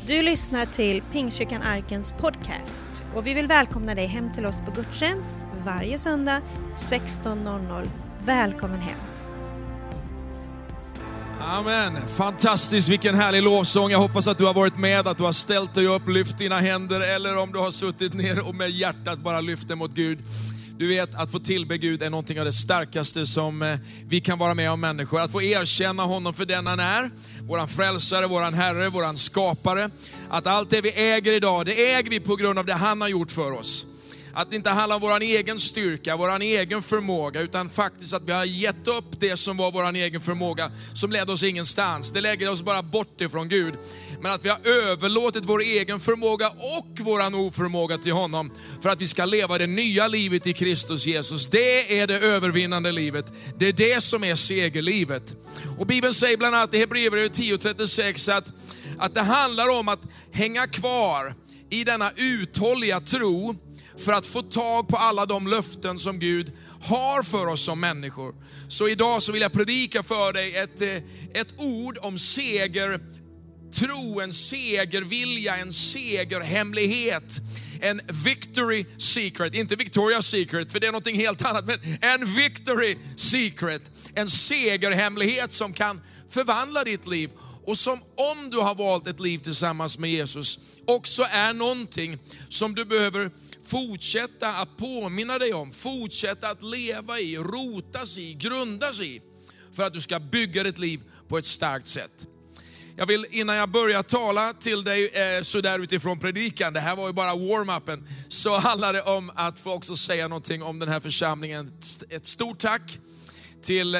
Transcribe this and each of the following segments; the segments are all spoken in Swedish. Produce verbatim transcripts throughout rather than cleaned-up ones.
Du lyssnar till Pingstkyrkan Arkens podcast och vi vill välkomna dig hem till oss på gudstjänst varje söndag sexton noll noll. Välkommen hem. Amen. Fantastiskt, vilken härlig lovsång. Jag hoppas att du har varit med, att du har ställt dig upp, lyft dina händer, eller om du har suttit ner och med hjärtat bara lyft det mot Gud. Du vet, att få tillbe Gud är någonting av det starkaste som vi kan vara med om människor. Att få erkänna honom för den han är, våran frälsare, våran herre, våran skapare. Att allt det vi äger idag, det äger vi på grund av det han har gjort för oss. Att det inte handlar om våran egen styrka, våran egen förmåga, utan faktiskt att vi har gett upp det som var våran egen förmåga, som ledde oss ingenstans. Det lägger oss bara bort ifrån Gud. Men att vi har överlåtit vår egen förmåga och våran oförmåga till honom för att vi ska leva det nya livet i Kristus Jesus. Det är det övervinnande livet. Det är det som är segerlivet. Och Bibeln säger bland annat i Hebreerbrevet tio trettiosex att, att det handlar om att hänga kvar i denna uthålliga tro för att få tag på alla de löften som Gud har för oss som människor. Så idag så vill jag predika för dig ett, ett ord om seger, tro, en segervilja, en segerhemlighet. En victory secret, inte Victoria's Secret, för det är någonting helt annat, men en victory secret. En segerhemlighet som kan förvandla ditt liv. Och som, om du har valt ett liv tillsammans med Jesus, också är någonting som du behöver fortsätta att påminna dig om, fortsätta att leva i, rotas i, grundas i, för att du ska bygga ditt liv på ett starkt sätt. Jag vill, innan jag börjar tala till dig eh, så där utifrån predikan, det här var ju bara warm-upen, så handlar det om att få också säga någonting om den här församlingen. Ett stort tack till eh,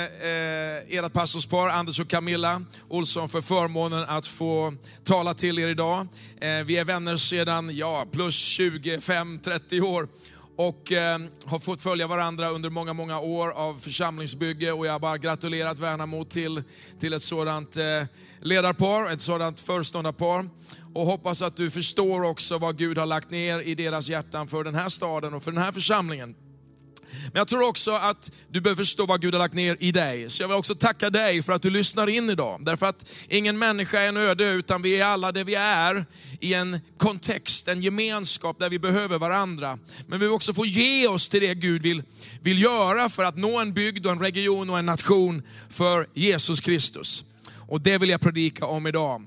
eh, ert pastorspar Anders och Camilla Olsson för förmånen att få tala till er idag. Eh, vi är vänner sedan ja, plus tjugofem trettio år och eh, har fått följa varandra under många, många år av församlingsbygge, och jag har bara gratulerat Värnamo till, till ett sådant eh, ledarpar, ett sådant föreståndarpar. Och hoppas att du förstår också vad Gud har lagt ner i deras hjärtan för den här staden och för den här församlingen. Men jag tror också att du behöver förstå vad Gud har lagt ner i dig. Så jag vill också tacka dig för att du lyssnar in idag. Därför att ingen människa är en öde, utan vi är alla det vi är i en kontext, en gemenskap där vi behöver varandra. Men vi vill också få ge oss till det Gud vill, vill göra för att nå en bygd och en region och en nation för Jesus Kristus. Och det vill jag predika om idag.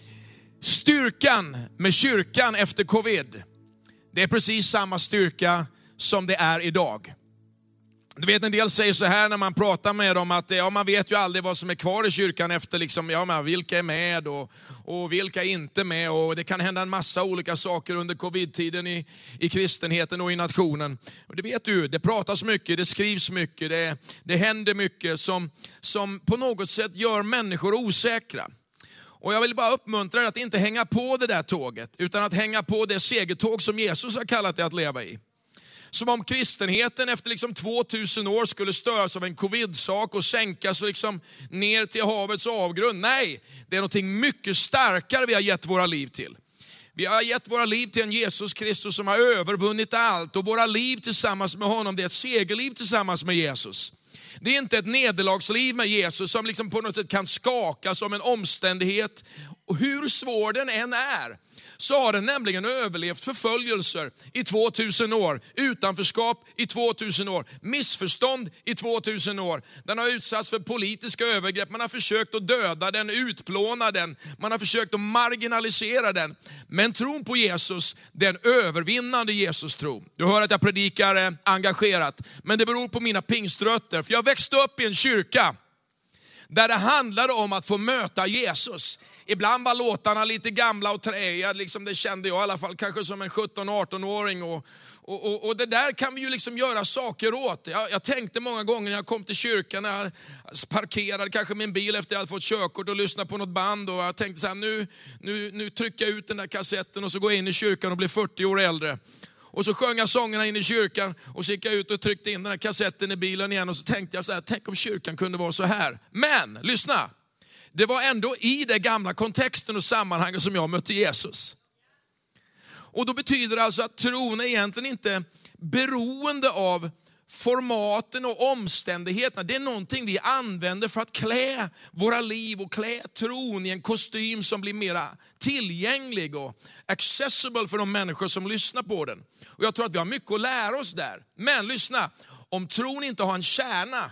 Styrkan med kyrkan efter covid, det är precis samma styrka som det är idag. Du vet, en del säger så här när man pratar med dem att ja, man vet ju aldrig vad som är kvar i kyrkan efter liksom, ja, men vilka är med och, och vilka är inte med, och det kan hända en massa olika saker under covid-tiden i, i kristenheten och i nationen. Och det vet du, det pratas mycket, det skrivs mycket, det, det händer mycket som, som på något sätt gör människor osäkra. Och jag vill bara uppmuntra dig att inte hänga på det där tåget, utan att hänga på det segertåg som Jesus har kallat dig att leva i. Som om kristenheten efter liksom tvåtusen år skulle störas av en covid-sak och sänkas liksom ner till havets avgrund. Nej, det är någonting mycket starkare vi har gett våra liv till. Vi har gett våra liv till en Jesus Kristus som har övervunnit allt. Och våra liv tillsammans med honom, det är ett segerliv tillsammans med Jesus. Det är inte ett nederlagsliv med Jesus som liksom på något sätt kan skakas om en omständighet. Och hur svår den än är, så har den nämligen överlevt förföljelser i tvåtusen år, utanförskap i tvåtusen år, missförstånd i tvåtusen år. Den har utsatts för politiska övergrepp, man har försökt att döda den, utplåna den, man har försökt att marginalisera den. Men tron på Jesus, den övervinnande Jesus tro. Du hör att jag predikar eh, engagerat, men det beror på mina pingströtter. För jag växte upp i en kyrka där det handlade om att få möta Jesus. Ibland var låtarna lite gamla och träiga, liksom det kände jag i alla fall, kanske som en sjutton-arton-åring. Och, och, och, och det där kan vi ju liksom göra saker åt. Jag, jag tänkte många gånger när jag kom till kyrkan, när jag parkerade kanske min bil efter att jag hade fått körkort och lyssnade på något band. Och jag tänkte så här, nu, nu, nu trycker jag ut den där kassetten och så går jag in i kyrkan och blir fyrtio år äldre. Och så sjöng jag sångerna in i kyrkan och så gick jag ut och tryckte in den här kassetten i bilen igen. Och så tänkte jag så här, tänk om kyrkan kunde vara så här. Men, lyssna. Det var ändå i det gamla kontexten och sammanhanget som jag mötte Jesus. Och då betyder det alltså att tron är egentligen inte beroende av formaten och omständigheterna, det är någonting vi använder för att klä våra liv och klä tron i en kostym som blir mera tillgänglig och accessible för de människor som lyssnar på den. Och jag tror att vi har mycket att lära oss där. Men lyssna, om tron inte har en kärna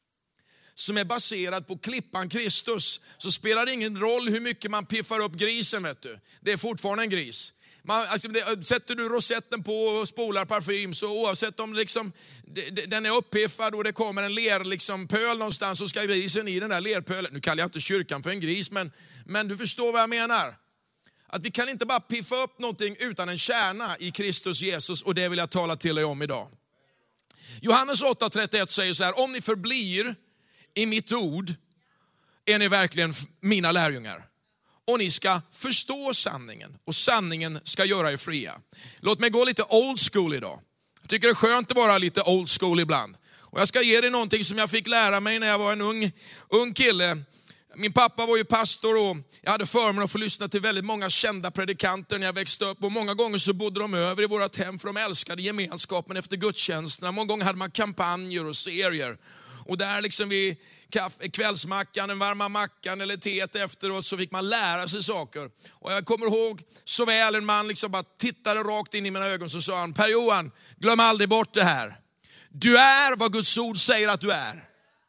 som är baserad på klippan Kristus, så spelar det ingen roll hur mycket man piffar upp grisen, vet du. Det är fortfarande en gris. Man, alltså, det, sätter du rosetten på och spolar parfym, så oavsett om liksom, det, det, den är uppiffad och det kommer en ler liksom, pöl någonstans, så ska grisen i den där lerpölen. Nu kallar jag inte kyrkan för en gris, men, men du förstår vad jag menar. Att vi kan inte bara piffa upp någonting utan en kärna i Kristus Jesus, och det vill jag tala till dig om idag. Johannes åtta trettioett säger så här: om ni förblir i mitt ord är ni verkligen mina lärjungar. Och ni ska förstå sanningen. Och sanningen ska göra er fria. Låt mig gå lite old school idag. Jag tycker det är skönt att vara lite old school ibland. Och jag ska ge dig någonting som jag fick lära mig när jag var en ung, ung kille. Min pappa var ju pastor och jag hade förmånen att få lyssna till väldigt många kända predikanter när jag växte upp. Och många gånger så bodde de över i vårat hem, för de älskade gemenskapen efter gudstjänsterna. Många gånger hade man kampanjer och serier. Och där liksom vid kaffe, kvällsmackan, den varma mackan eller teet efteråt, så fick man lära sig saker. Och jag kommer ihåg så väl en man liksom bara tittade rakt in i mina ögon, så sa han: Per-Johan, glöm aldrig bort det här. Du är vad Guds ord säger att du är.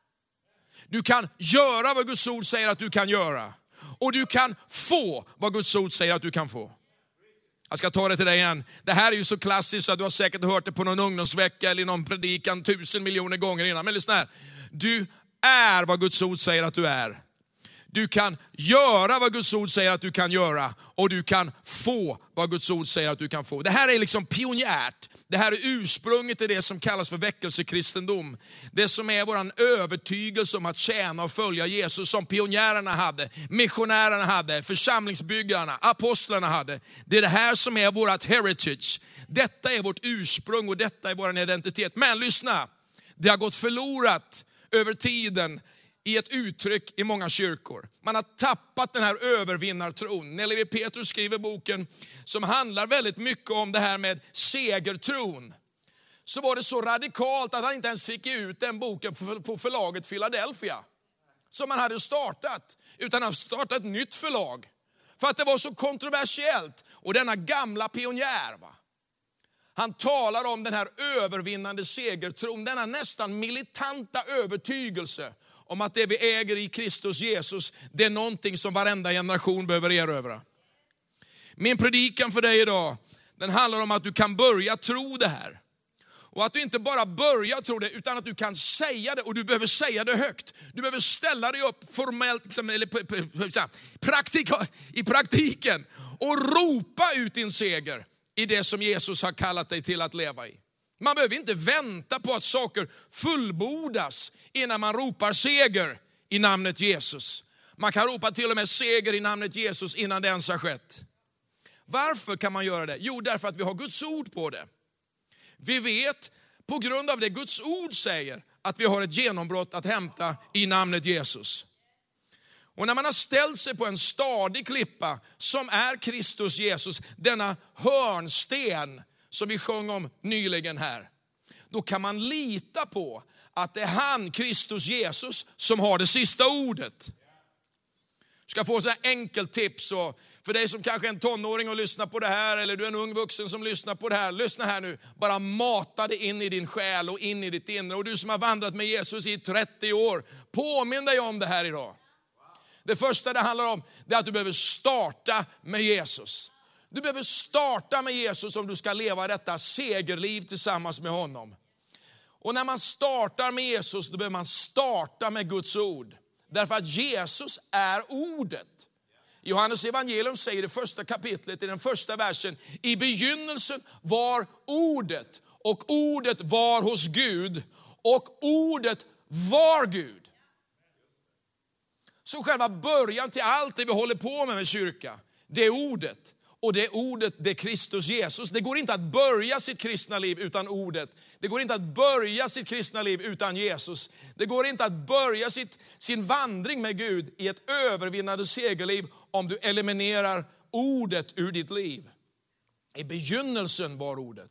Du kan göra vad Guds ord säger att du kan göra. Och du kan få vad Guds ord säger att du kan få. Jag ska ta det till dig igen. Det här är ju så klassiskt så att du har säkert hört det på någon ungdomsvecka eller någon predikan tusen miljoner gånger innan. Men lyssna här. Du är vad Guds ord säger att du är. Du kan göra vad Guds ord säger att du kan göra. Och du kan få vad Guds ord säger att du kan få. Det här är liksom pionjärt. Det här är ursprunget till det som kallas för väckelsekristendom. Det som är våran övertygelse om att tjäna och följa Jesus, som pionjärerna hade, missionärerna hade, församlingsbyggarna, apostlarna hade. Det är det här som är vårt heritage. Detta är vårt ursprung och detta är vår identitet. Men lyssna, det har gått förlorat över tiden i ett uttryck i många kyrkor. Man har tappat den här övervinnartron. Nelly W. Petrus skriver boken som handlar väldigt mycket om det här med segertron. Så var det så radikalt att han inte ens fick ut den boken på förlaget Philadelphia som man hade startat, utan han startat ett nytt förlag. För att det var så kontroversiellt. Och denna gamla pionjär, va? Han talar om den här övervinnande segertron, denna nästan militanta övertygelse om att det vi äger i Kristus Jesus, det är någonting som varenda generation behöver erövra. Min predikan för dig idag, den handlar om att du kan börja tro det här. Och att du inte bara börjar tro det, utan att du kan säga det, och du behöver säga det högt. Du behöver ställa dig upp formellt, liksom, eller praktik, i praktiken, och ropa ut din seger i det som Jesus har kallat dig till att leva i. Man behöver inte vänta på att saker fullbordas innan man ropar seger i namnet Jesus. Man kan ropa till och med seger i namnet Jesus innan det ens har skett. Varför kan man göra det? Jo, därför att vi har Guds ord på det. Vi vet på grund av det Guds ord säger att vi har ett genombrott att hämta i namnet Jesus. Och när man har ställt sig på en stadig klippa som är Kristus Jesus, denna hörnsten som vi sjöng om nyligen här, då kan man lita på att det är han, Kristus Jesus, som har det sista ordet. Du ska få så här enkelt tips, och för dig som kanske är en tonåring och lyssnar på det här, eller du är en ung vuxen som lyssnar på det här, lyssna här nu. Bara mata det in i din själ och in i ditt inre. Och du som har vandrat med Jesus i trettio år, påminn dig om det här idag. Det första det handlar om, det är att du behöver starta med Jesus. Du behöver starta med Jesus om du ska leva detta segerliv tillsammans med honom. Och när man startar med Jesus, då behöver man starta med Guds ord. Därför att Jesus är ordet. Johannes evangelium säger i första kapitlet, i den första versen: i begynnelsen var ordet, och ordet var hos Gud, och ordet var Gud. Så själva början till allt det vi håller på med med kyrka, det är ordet. Och det är ordet, det är Kristus Jesus. Det går inte att börja sitt kristna liv utan ordet. Det går inte att börja sitt kristna liv utan Jesus. Det går inte att börja sitt, sin vandring med Gud i ett övervinnande segerliv om du eliminerar ordet ur ditt liv. I begynnelsen var ordet.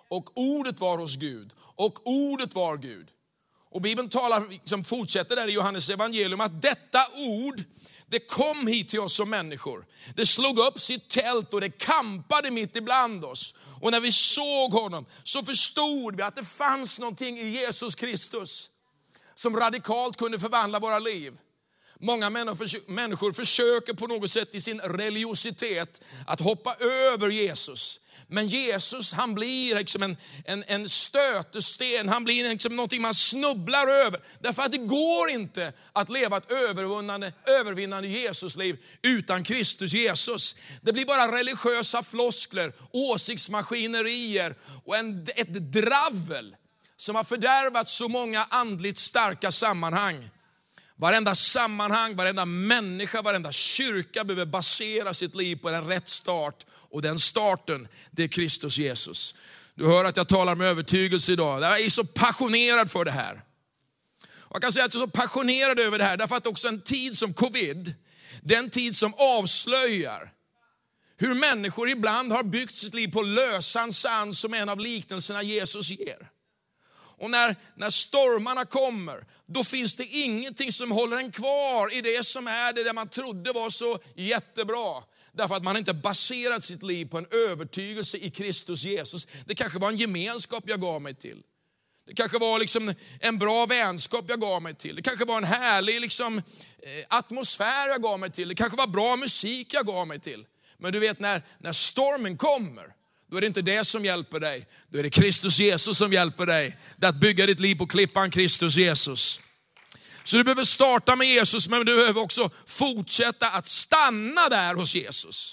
och ordet var hos Gud och ordet var Gud. Och Bibeln talar, liksom fortsätter där i Johannes evangelium, att detta ord, det kom hit till oss som människor. Det slog upp sitt tält och det kampade mitt ibland oss. Och när vi såg honom så förstod vi att det fanns någonting i Jesus Kristus som radikalt kunde förvandla våra liv. Många människor försöker på något sätt i sin religiositet att hoppa över Jesus. Men Jesus, han blir liksom en, en, en stötesten, han blir liksom någonting man snubblar över. Därför att det går inte att leva ett övervinnande, övervinnande Jesusliv utan Kristus Jesus. Det blir bara religiösa floskler, åsiktsmaskinerier och en, ett dravel som har fördärvat så många andligt starka sammanhang. Varenda sammanhang, varenda människa, varenda kyrka behöver basera sitt liv på en rätt start. Och den starten, det är Kristus Jesus. Du hör att jag talar med övertygelse idag. Jag är så passionerad för det här. Och jag kan säga att jag är så passionerad över det här. Därför att också en tid som covid, den tid som avslöjar hur människor ibland har byggt sitt liv på lösan sand, som en av liknelserna Jesus ger. Och när, när stormarna kommer, då finns det ingenting som håller en kvar i det som är det där man trodde var så jättebra. Därför att man inte baserat sitt liv på en övertygelse i Kristus Jesus. Det kanske var en gemenskap jag gav mig till. Det kanske var liksom en bra vänskap jag gav mig till. Det kanske var en härlig liksom, atmosfär jag gav mig till. Det kanske var bra musik jag gav mig till. Men du vet, när, när stormen kommer, då är det inte det som hjälper dig. Då är det Kristus Jesus som hjälper dig. Det är att bygga ditt liv på klippan Kristus Jesus. Så du behöver starta med Jesus, men du behöver också fortsätta att stanna där hos Jesus.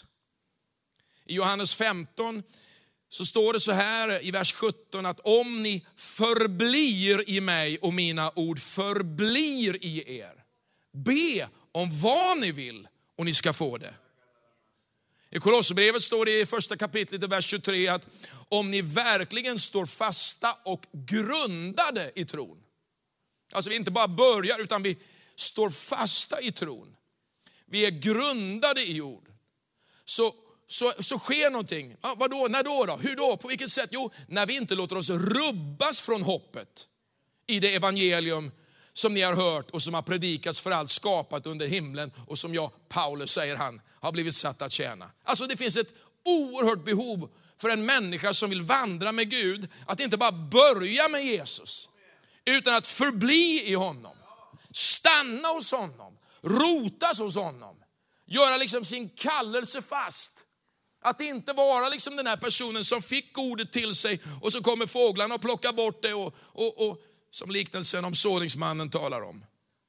I Johannes femton så står det så här i vers sjutton, att om ni förblir i mig och mina ord förblir i er, be om vad ni vill och ni ska få det. I Kolosserbrevet står det i första kapitlet i vers tjugotre att om ni verkligen står fasta och grundade i tron. Alltså vi inte bara börjar, utan vi står fasta i tron. Vi är grundade i ord. Så, så, så sker någonting. Ja, vadå? När då då? Hur då? På vilket sätt? Jo, när vi inte låter oss rubbas från hoppet i det evangelium som ni har hört och som har predikats för allt skapat under himlen. Och som jag, Paulus säger han, har blivit satt att tjäna. Alltså det finns ett oerhört behov för en människa som vill vandra med Gud. Att inte bara börja med Jesus, utan att förbli i honom. Stanna hos honom. Rotas hos honom. Göra liksom sin kallelse fast. Att inte vara liksom den här personen som fick ordet till sig och så kommer fåglarna och plockar bort det. Och, och, och som liknelsen om såningsmannen talar om.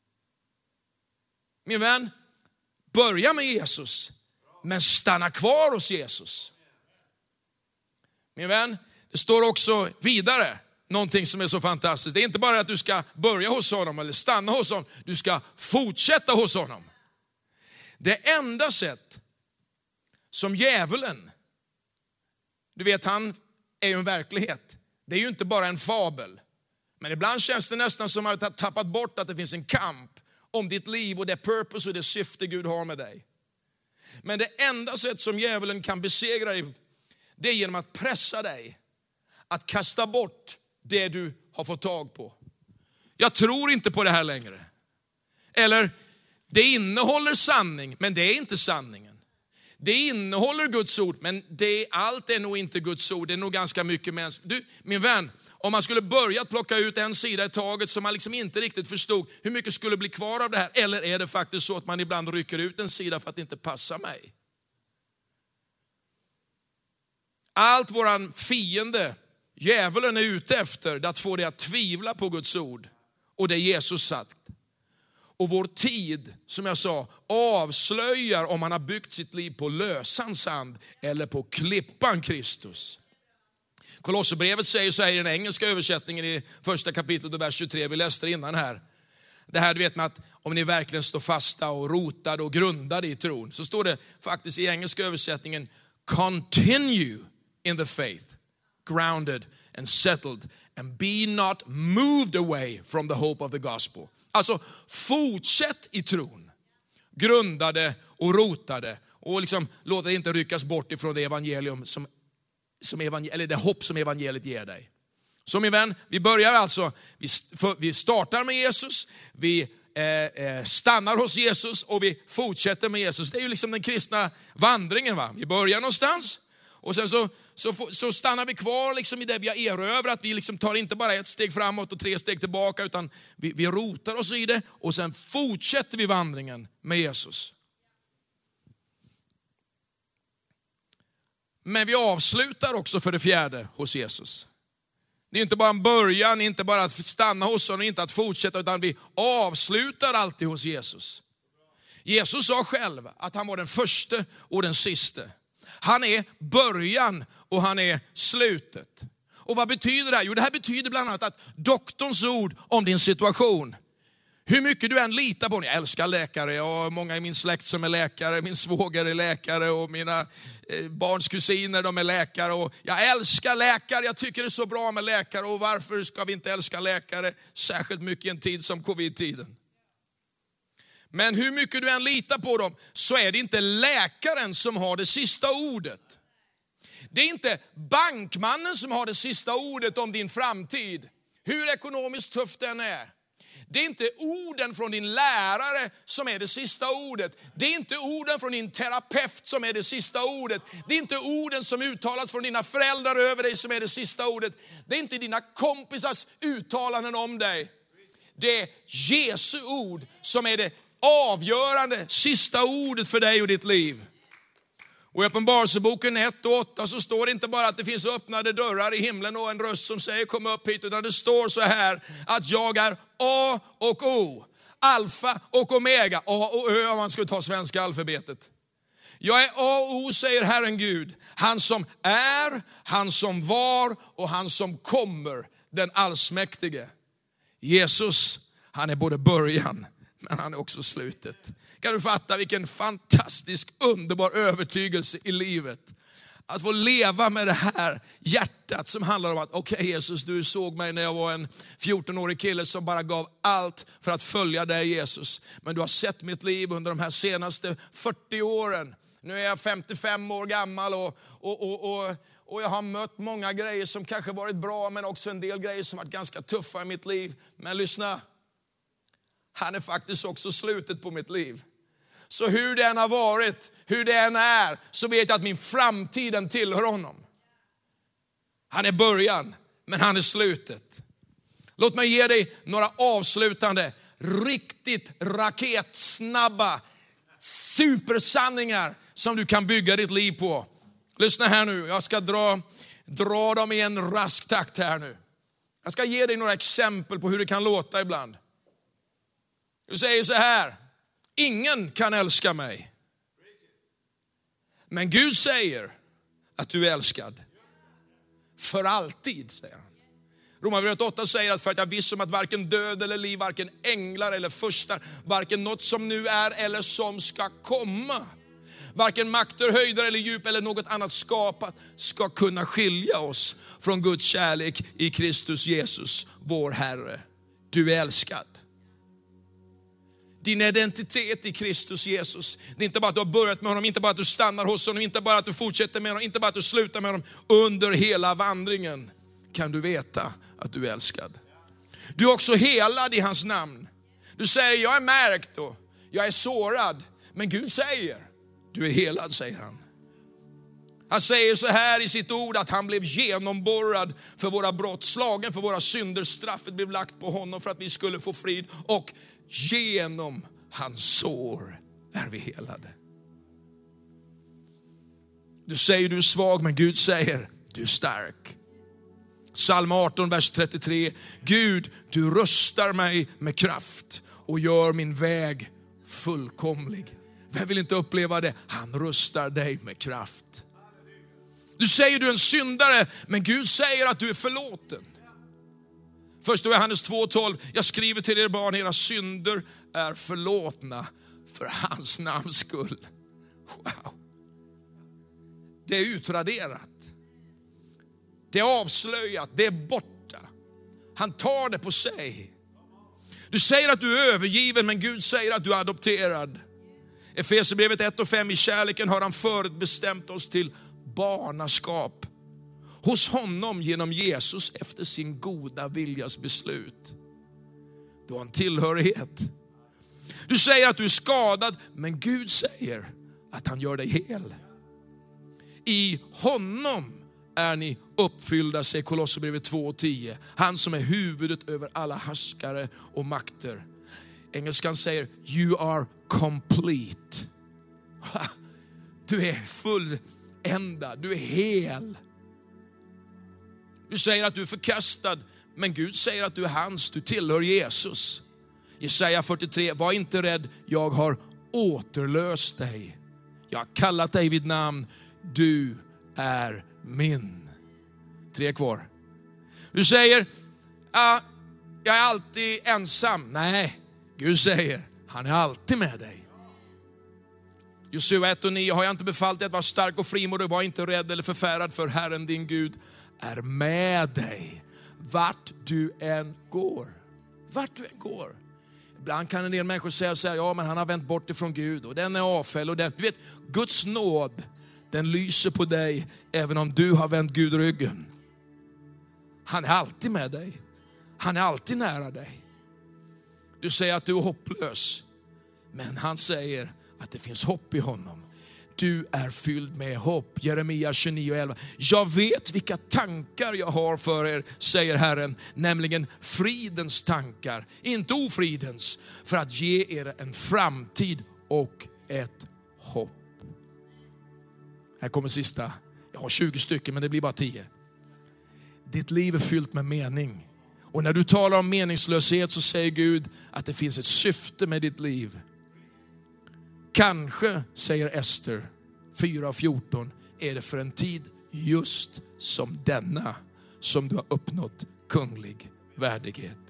Min vän, börja med Jesus, men stanna kvar hos Jesus. Min vän, det står också vidare någonting som är så fantastiskt. Det är inte bara att du ska börja hos honom eller stanna hos honom. Du ska fortsätta hos honom. Det enda sätt som djävulen, du vet, han är ju en verklighet. Det är ju inte bara en fabel. Men ibland känns det nästan som att ha tappat bort att det finns en kamp om ditt liv och det purpose och det syfte Gud har med dig. Men det enda sätt som djävulen kan besegra dig, det är genom att pressa dig. Att kasta bort det du har fått tag på. Jag tror inte på det här längre. Eller, det innehåller sanning, men det är inte sanningen. Det innehåller Guds ord, men det, allt är nog inte Guds ord. Det är nog ganska mycket mänskligt. Du, min vän, om man skulle börja plocka ut en sida i taget som man liksom inte riktigt förstod, hur mycket skulle bli kvar av det här? Eller är det faktiskt så att man ibland rycker ut en sida för att det inte passar mig? Allt våran fiende, djävulen, är ute efter att få dig att tvivla på Guds ord och det Jesus sagt. Och vår tid, som jag sa, avslöjar om man har byggt sitt liv på lösan sand eller på klippan Kristus. Kolosserbrevet säger så här i den engelska översättningen i första kapitlet och vers tjugotre. Vi läste det innan här. Det här, du vet, med att om ni verkligen står fasta och rotade och grundade i tron. Så står det faktiskt i engelska översättningen: continue in the faith, grounded and settled, and be not moved away from the hope of the gospel. Alltså fortsätt i tron, grundade och rotade, och liksom låt det inte ryckas bort ifrån det evangelium som som evangel- eller det hopp som evangeliet ger dig. Så min vän, vi börjar alltså, vi, för, vi startar med Jesus, vi eh, stannar hos Jesus och vi fortsätter med Jesus. Det är ju liksom den kristna vandringen. Va? Vi börjar någonstans och sen så, så, så stannar vi kvar liksom i det vi har erövrat. Vi liksom tar inte bara ett steg framåt och tre steg tillbaka, utan vi, vi rotar oss i det och sen fortsätter vi vandringen med Jesus. Men vi avslutar också för det fjärde hos Jesus. Det är inte bara en början, inte bara att stanna hos honom, inte att fortsätta, utan vi avslutar alltid hos Jesus. Jesus sa själv att han var den första och den siste. Han är början och han är slutet. Och vad betyder det här? Jo, det här betyder bland annat att doktorns ord om din situation, hur mycket du än litar på honom. Jag älskar läkare, jag har många i min släkt som är läkare, min svåger är läkare och mina barns kusiner, de är läkare. Och jag älskar läkare, jag tycker det är så bra med läkare. Och varför ska vi inte älska läkare? Särskilt mycket i en tid som covid-tiden. Men hur mycket du än litar på dem, så är det inte läkaren som har det sista ordet. Det är inte bankmannen som har det sista ordet om din framtid, hur ekonomiskt tufft den är. Det är inte orden från din lärare som är det sista ordet. Det är inte orden från din terapeut som är det sista ordet. Det är inte orden som uttalas från dina föräldrar över dig som är det sista ordet. Det är inte dina kompisars uttalanden om dig. Det är Jesu ord som är det avgörande sista ordet för dig och ditt liv. Och i Uppenbarelseboken ett och åtta så står det inte bara att det finns öppnade dörrar i himlen och en röst som säger kom upp hit, utan det står så här att jag är A och O, alfa och omega, A och Ö om man ska ta svenska alfabetet. Jag är A och O, säger Herren Gud, han som är, han som var och han som kommer, den allsmäktige. Jesus, han är både början men han är också slutet. Kan du fatta vilken fantastisk, underbar övertygelse i livet? Att få leva med det här hjärtat som handlar om att okej okay, Jesus, du såg mig när jag var en fjortonårig kille som bara gav allt för att följa dig Jesus. Men du har sett mitt liv under de här senaste fyrtio åren. Nu är jag femtiofem år gammal och, och, och, och, och jag har mött många grejer som kanske varit bra, men också en del grejer som varit ganska tuffa i mitt liv. Men lyssna, han är faktiskt också slutet på mitt liv. Så hur det än har varit, hur det än är, så vet jag att min framtid den tillhör honom. Han är början, men han är slutet. Låt mig ge dig några avslutande, riktigt raketsnabba supersanningar som du kan bygga ditt liv på. Lyssna här nu, jag ska dra, dra dem i en rask takt här nu. Jag ska ge dig några exempel på hur det kan låta ibland. Du säger så här: ingen kan älska mig. Men Gud säger att du är älskad. För alltid, säger han. Romarbrevet åtta säger att för att jag visste om att varken död eller liv, varken änglar eller furstar, varken något som nu är eller som ska komma, varken makter, höjder eller djup eller något annat skapat ska kunna skilja oss från Guds kärlek i Kristus Jesus, vår Herre. Du är älskad. Din identitet i Kristus Jesus. Det är inte bara att du har börjat med honom, inte bara att du stannar hos honom, inte bara att du fortsätter med honom, inte bara att du slutar med honom. Under hela vandringen kan du veta att du är älskad. Du är också helad i hans namn. Du säger, jag är märkt och jag är sårad. Men Gud säger, du är helad, säger han. Han säger så här i sitt ord att han blev genomborrad för våra brott, slagen för våra synder. Straffet blev lagt på honom för att vi skulle få frid, och genom hans sår är vi helade. Du säger du är svag, men Gud säger du är stark. Psalm arton, vers trettiotre. Gud, du rustar mig med kraft och gör min väg fullkomlig. Vem vill inte uppleva det? Han rustar dig med kraft. Du säger du är en syndare, men Gud säger att du är förlåten. Första Johannes två tolv. Jag skriver till er barn, era synder är förlåtna för hans namns skull. Wow. Det är utraderat. Det är avslöjat. Det är borta. Han tar det på sig. Du säger att du är övergiven, men Gud säger att du är adopterad. Efesierbrevet ett och fem. I kärleken har han förutbestämt oss till barnaskap hos honom genom Jesus efter sin goda viljas beslut. Du har en tillhörighet. Du säger att du är skadad, men Gud säger att han gör dig hel. I honom är ni uppfyllda, säger Kolosserbrevet två och tio. Han som är huvudet över alla härskare och makter. Engelskan säger, you are complete. Du är fulländad, du är hel. Du säger att du är förkastad, men Gud säger att du är hans, du tillhör Jesus. Jesaja fyrtiotre, var inte rädd, jag har återlöst dig. Jag har kallat dig vid namn, du är min. Tre kvar. Du säger, ah, jag är alltid ensam. Nej, Gud säger, han är alltid med dig. Josua ett och nio, har jag inte befallt dig att vara stark och frimodig, var inte rädd eller förfärad, för Herren din Gud är med dig vart du än går. Vart du än går. Ibland kan en del människor säga så här, ja men han har vänt bort ifrån Gud och den är avfälld och den, du vet, Guds nåd, den lyser på dig även om du har vänt Gud ryggen. Han är alltid med dig. Han är alltid nära dig. Du säger att du är hopplös, men han säger att det finns hopp i honom. Du är fylld med hopp. Jeremia tjugonio elva. Jag vet vilka tankar jag har för er, säger Herren, nämligen fridens tankar, inte ofridens, för att ge er en framtid och ett hopp. Här kommer sista. Jag har tjugo stycken, men det blir bara tio. Ditt liv är fyllt med mening. Och när du talar om meningslöshet så säger Gud att det finns ett syfte med ditt liv. Kanske, säger Ester fyra fjorton, är det för en tid just som denna som du har uppnått kunglig värdighet.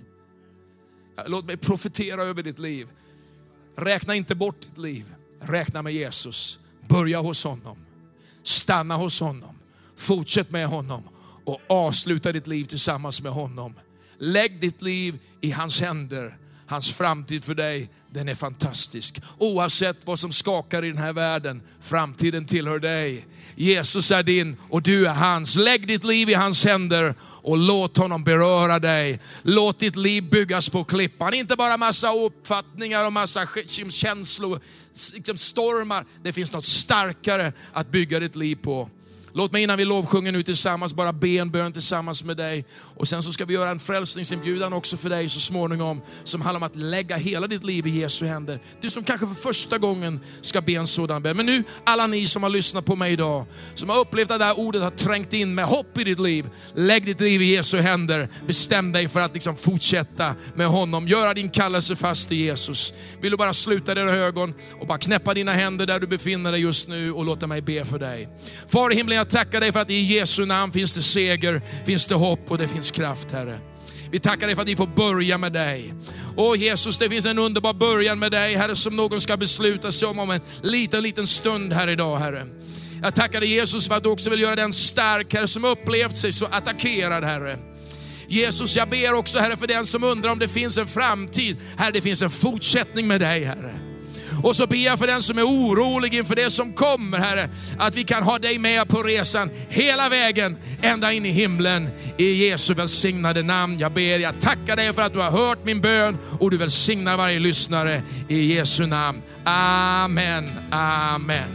Låt mig profetera över ditt liv. Räkna inte bort ditt liv. Räkna med Jesus. Börja hos honom. Stanna hos honom. Fortsätt med honom. Och avsluta ditt liv tillsammans med honom. Lägg ditt liv i hans händer. Hans framtid för dig, den är fantastisk. Oavsett vad som skakar i den här världen, framtiden tillhör dig. Jesus är din och du är hans. Lägg ditt liv i hans händer och låt honom beröra dig. Låt ditt liv byggas på klippan. Inte bara massa uppfattningar och massa känslor, liksom stormar. Det finns något starkare att bygga ditt liv på. Låt mig innan vi lovsjunger nu tillsammans bara be en bön tillsammans med dig. Och sen så ska vi göra en frälsningsinbjudan också för dig så småningom, som handlar om att lägga hela ditt liv i Jesu händer. Du som kanske för första gången ska be en sådan bön. Men nu alla ni som har lyssnat på mig idag, som har upplevt att det här ordet har trängt in med hopp i ditt liv. Lägg ditt liv i Jesu händer. Bestäm dig för att liksom fortsätta med honom. Göra din kallelse fast i Jesus. Vill du bara sluta dina ögon och bara knäppa dina händer där du befinner dig just nu och låta mig be för dig. Far i himlen, jag tackar dig för att i Jesu namn finns det seger, finns det hopp och det finns kraft, Herre. Vi tackar dig för att vi får börja med dig. Åh Jesus, det finns en underbar början med dig, Herre, som någon ska besluta sig om om en liten, liten stund här idag, Herre. Jag tackar dig Jesus för att du också vill göra den stark, Herre, som upplevt sig så attackerad, Herre. Jesus, jag ber också, Herre, för den som undrar om det finns en framtid. Herre, det finns en fortsättning med dig, Herre. Och så ber jag för den som är orolig inför det som kommer, Herre, att vi kan ha dig med på resan hela vägen ända in i himlen. I Jesu välsignade namn. Jag ber, jag tackar dig för att du har hört min bön och du välsignar varje lyssnare i Jesu namn. Amen, amen.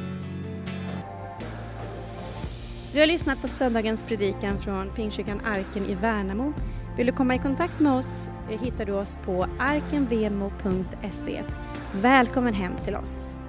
Du har lyssnat på söndagens predikan från Pingstkyrkan Arken i Värnamo. Vill du komma i kontakt med oss hittar du oss på arkenvemo punkt se. Välkommen hem till oss.